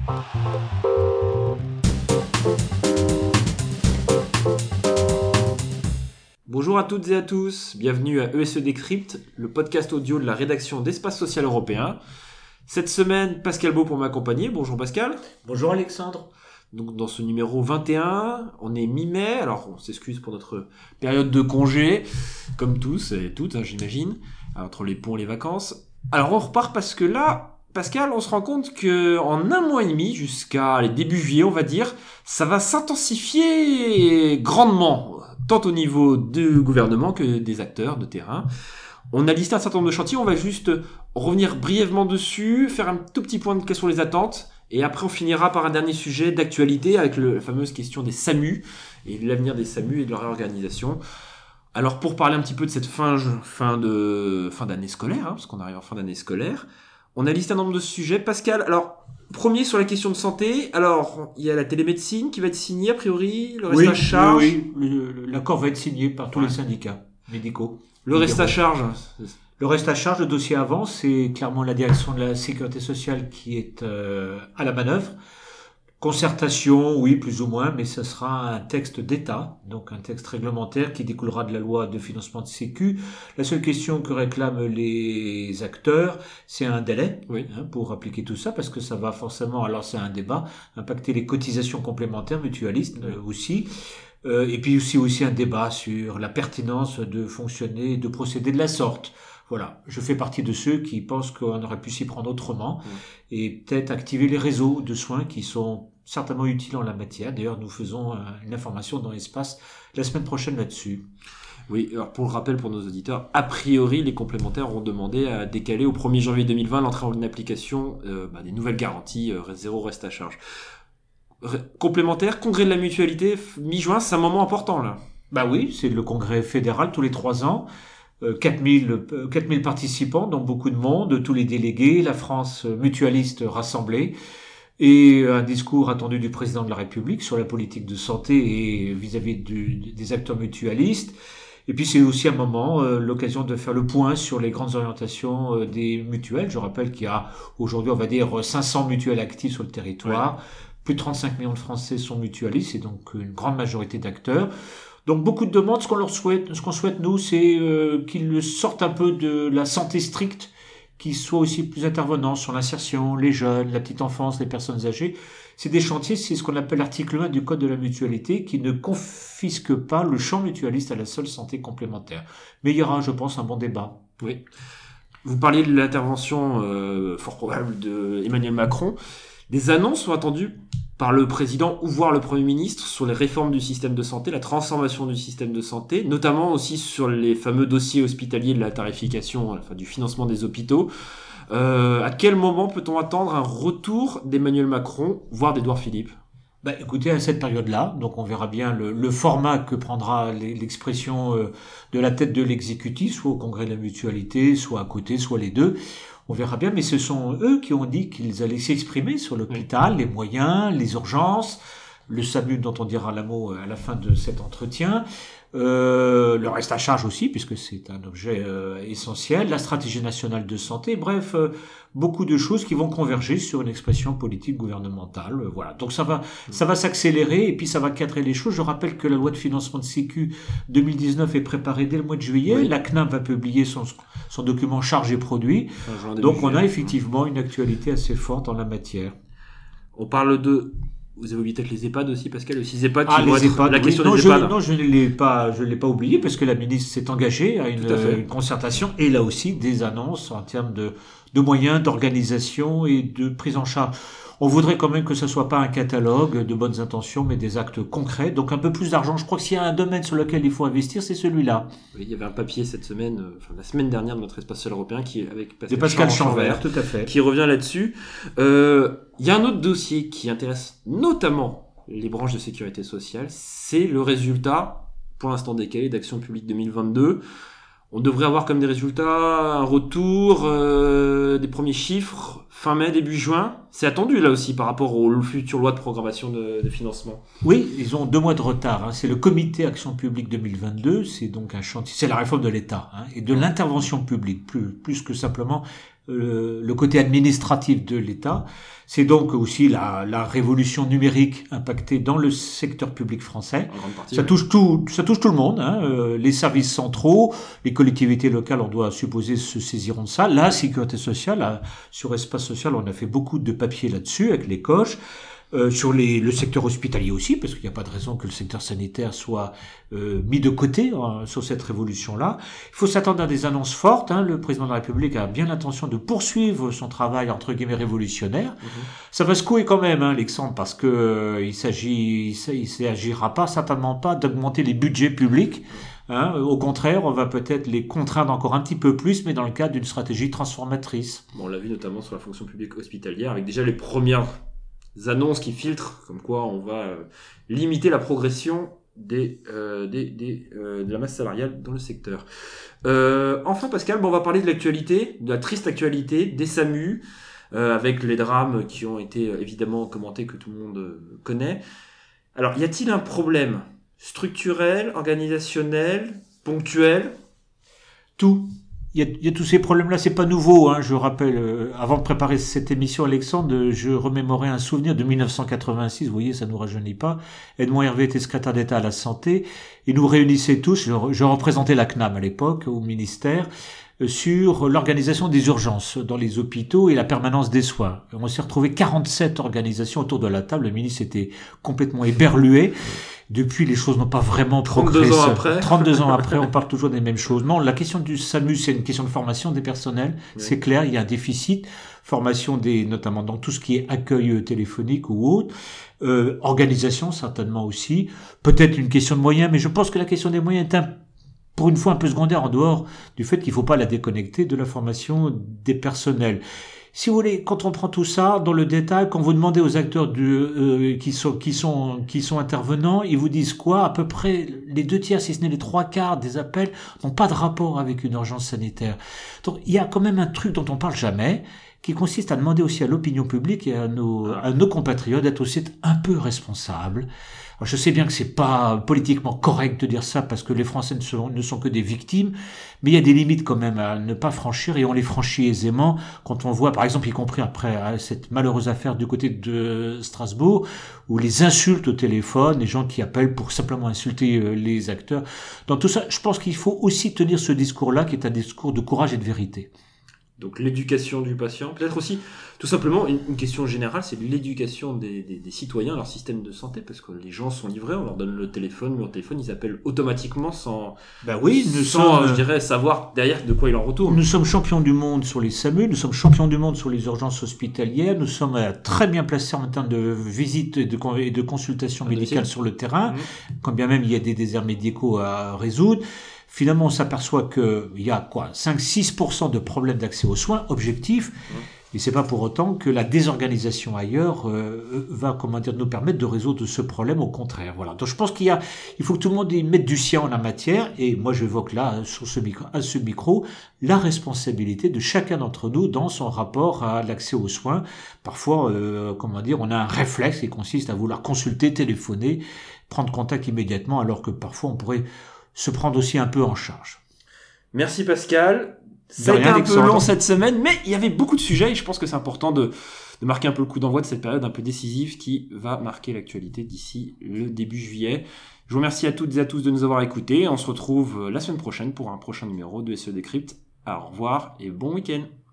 Bonjour à toutes et à tous, bienvenue à ESE Décrypte, le podcast audio de la rédaction d'Espace Social Européen. Cette semaine, Pascal Beau pour m'accompagner. Bonjour Pascal. Bonjour Alexandre. Donc dans ce numéro 21, on est mi-mai, alors on s'excuse pour notre période de congé, comme tous et toutes, j'imagine, entre les ponts et les vacances. Alors on repart parce que là, Pascal, on se rend compte que en un mois et demi, jusqu'à les début juillet, on va dire, ça va s'intensifier grandement, tant au niveau du gouvernement que des acteurs de terrain. On a listé un certain nombre de chantiers, on va juste revenir brièvement dessus, faire un tout petit point de quelles sont les attentes, et après on finira par un dernier sujet d'actualité avec la fameuse question des SAMU, et de l'avenir des SAMU et de leur réorganisation. Alors pour parler un petit peu de cette fin d'année scolaire, parce qu'on arrive en fin d'année scolaire, on a listé un nombre de sujets. Pascal, alors premier sur la question de santé, alors il y a la télémédecine qui va être signée a priori, le reste à charge. Oui, l'accord va être signé par tous les syndicats médicaux. Le reste à charge. Le reste à charge, le dossier avance, c'est clairement la direction de la sécurité sociale qui est à la manœuvre. Concertation, oui, plus ou moins, mais ce sera un texte d'État, donc un texte réglementaire qui découlera de la loi de financement de Sécu. La seule question que réclament les acteurs, c'est un délai pour appliquer tout ça, parce que ça va forcément, alors c'est un débat, impacter les cotisations complémentaires mutualistes aussi. Et puis aussi un débat sur la pertinence de fonctionner, de procéder de la sorte. Voilà, je fais partie de ceux qui pensent qu'on aurait pu s'y prendre autrement et peut-être activer les réseaux de soins qui sont certainement utiles en la matière. D'ailleurs, nous faisons une information dans l'espace la semaine prochaine là-dessus. Oui, alors pour le rappel pour nos auditeurs, a priori, les complémentaires ont demandé à décaler au 1er janvier 2020 l'entrée en application des nouvelles garanties zéro reste à charge. Complémentaire, congrès de la mutualité, mi-juin, c'est un moment important là. Bah oui, c'est le congrès fédéral tous les 3 ans. 4000 participants, donc beaucoup de monde, tous les délégués, la France mutualiste rassemblée, et un discours attendu du président de la République sur la politique de santé et vis-à-vis des acteurs mutualistes. Et puis c'est aussi un moment, l'occasion de faire le point sur les grandes orientations des mutuelles. Je rappelle qu'il y a aujourd'hui, on va dire, 500 mutuelles actives sur le territoire. Ouais. Plus de 35 millions de Français sont mutualistes, et donc une grande majorité d'acteurs. Donc beaucoup de demandes, ce qu'on souhaite nous, c'est qu'ils sortent un peu de la santé stricte, qu'ils soient aussi plus intervenants sur l'insertion, les jeunes, la petite enfance, les personnes âgées. C'est des chantiers, c'est ce qu'on appelle l'article 1 du Code de la mutualité, qui ne confisque pas le champ mutualiste à la seule santé complémentaire. Mais il y aura, je pense, un bon débat. Oui. Vous parliez de l'intervention fort probable d'Emmanuel Macron. Des annonces sont attendues par le président ou voire le Premier ministre sur les réformes du système de santé, la transformation du système de santé, notamment aussi sur les fameux dossiers hospitaliers de la tarification, du financement des hôpitaux. À quel moment peut-on attendre un retour d'Emmanuel Macron, voire d'Édouard Philippe ? Écoutez, à cette période-là, donc on verra bien le format que prendra l'expression de la tête de l'exécutif, soit au congrès de la mutualité, soit à côté, soit les deux. On verra bien, mais ce sont eux qui ont dit qu'ils allaient s'exprimer sur l'hôpital, les moyens, les urgences, le SAMU dont on dira un mot à la fin de cet entretien, le reste à charge aussi, puisque c'est un objet essentiel, la stratégie nationale de santé, bref, beaucoup de choses qui vont converger sur une expression politique gouvernementale. Voilà, donc ça va s'accélérer et puis ça va cadrer les choses. Je rappelle que la loi de financement de Sécu 2019 est préparée dès le mois de juillet. Oui. La CNAM va publier son document charge et produit. Donc on a effectivement une actualité assez forte en la matière. On parle de... Vous avez oublié peut-être les EHPAD aussi, Pascal, les EHPAD qui vont être la question des EHPAD. Non, je ne l'ai pas oublié parce que la ministre s'est engagée à une concertation et là aussi des annonces en termes de moyens, d'organisation et de prise en charge. On voudrait quand même que ce soit pas un catalogue de bonnes intentions, mais des actes concrets. Donc un peu plus d'argent. Je crois que s'il y a un domaine sur lequel il faut investir, c'est celui-là. Oui, il y avait un papier cette semaine, la semaine dernière de notre espace social européen avec Pascal Chanvert, tout à fait, qui revient là-dessus. Il y a un autre dossier qui intéresse notamment les branches de sécurité sociale, c'est le résultat, pour l'instant décalé, d'Action publique 2022. On devrait avoir comme des résultats un retour des premiers chiffres fin mai, début juin. C'est attendu là aussi par rapport aux futures lois de programmation de financement. Oui, ils ont 2 mois de retard. C'est le comité Action publique 2022. C'est donc un chantier. C'est la réforme de l'État et de l'intervention publique, plus que simplement le côté administratif de l'État. C'est donc aussi la révolution numérique impactée dans le secteur public français. En grande partie, Ça touche tout le monde. Les services centraux, les collectivités locales, on doit supposer, se saisiront de ça. La sécurité sociale, sur Espace Social, on a fait beaucoup de papier là-dessus avec les coches. Sur le secteur hospitalier aussi, parce qu'il n'y a pas de raison que le secteur sanitaire soit mis de côté sur cette révolution-là. Il faut s'attendre à des annonces fortes. Le président de la République a bien l'intention de poursuivre son travail entre guillemets révolutionnaire. Ça va secouer quand même, Alexandre, parce que il s'agira pas, certainement pas, d'augmenter les budgets publics. Au contraire, on va peut-être les contraindre encore un petit peu plus, mais dans le cadre d'une stratégie transformatrice. Bon, on l'a vu notamment sur la fonction publique hospitalière, avec déjà les premières annonces qui filtrent, comme quoi on va limiter la progression de la masse salariale dans le secteur. Enfin, Pascal, on va parler de l'actualité, de la triste actualité des SAMU, avec les drames qui ont été évidemment commentés, que tout le monde connaît. Alors, y a-t-il un problème structurel, organisationnel, ponctuel? Tout. Il y a tous ces problèmes-là, c'est pas nouveau. Je rappelle, avant de préparer cette émission, Alexandre, je remémorais un souvenir de 1986. Vous voyez, ça nous rajeunit pas. Edmond Hervé était secrétaire d'État à la santé. Il nous réunissait tous. Je représentais la CNAM à l'époque, au ministère, sur l'organisation des urgences dans les hôpitaux et la permanence des soins. On s'est retrouvé 47 organisations autour de la table. Le ministre était complètement éberlué. Depuis, les choses n'ont pas vraiment progressé. 32 ans après, on parle toujours des mêmes choses. Non, la question du SAMU, c'est une question de formation des personnels. Oui. C'est clair, il y a un déficit. Formation notamment dans tout ce qui est accueil téléphonique ou autre. Organisation, certainement aussi. Peut-être une question de moyens, mais je pense que la question des moyens est pour une fois un peu secondaire en dehors du fait qu'il ne faut pas la déconnecter de la formation des personnels. Si vous voulez, quand on prend tout ça dans le détail, quand vous demandez aux acteurs qui sont intervenants, ils vous disent quoi? À peu près les 2/3, si ce n'est les 3/4 des appels n'ont pas de rapport avec une urgence sanitaire. Donc il y a quand même un truc dont on parle jamais, qui consiste à demander aussi à l'opinion publique et à nos compatriotes d'être aussi un peu responsables. Alors, je sais bien que c'est pas politiquement correct de dire ça parce que les Français ne sont que des victimes, mais il y a des limites quand même à ne pas franchir et on les franchit aisément quand on voit, par exemple, y compris après cette malheureuse affaire du côté de Strasbourg, où les insultes au téléphone, les gens qui appellent pour simplement insulter les acteurs. Dans tout ça, je pense qu'il faut aussi tenir ce discours-là qui est un discours de courage et de vérité. Donc l'éducation du patient, peut-être aussi tout simplement une question générale, c'est l'éducation des citoyens à leur système de santé, parce que les gens sont livrés, on leur donne le téléphone, mais au téléphone ils appellent automatiquement sans je dirais savoir derrière de quoi il en retourne. Nous sommes champions du monde sur les SAMU, nous sommes champions du monde sur les urgences hospitalières, nous sommes très bien placés en termes de visites et de consultations médicales sur le terrain, quand bien même il y a des déserts médicaux à résoudre. Finalement, on s'aperçoit qu'il y a 5-6% de problèmes d'accès aux soins objectifs. Et c'est pas pour autant que la désorganisation ailleurs va, nous permettre de résoudre ce problème. Au contraire, voilà. Donc je pense il faut que tout le monde y mette du sien en la matière. Et moi, j'évoque là, à ce micro, la responsabilité de chacun d'entre nous dans son rapport à l'accès aux soins. Parfois, on a un réflexe qui consiste à vouloir consulter, téléphoner, prendre contact immédiatement, alors que parfois on pourrait se prendre aussi un peu en charge. Merci Pascal. Ça a été un peu long cette semaine, mais il y avait beaucoup de sujets et je pense que c'est important de marquer un peu le coup d'envoi de cette période un peu décisive qui va marquer l'actualité d'ici le début juillet. Je vous remercie à toutes et à tous de nous avoir écoutés. On se retrouve la semaine prochaine pour un prochain numéro de SE Décrypte. Au revoir et bon week-end.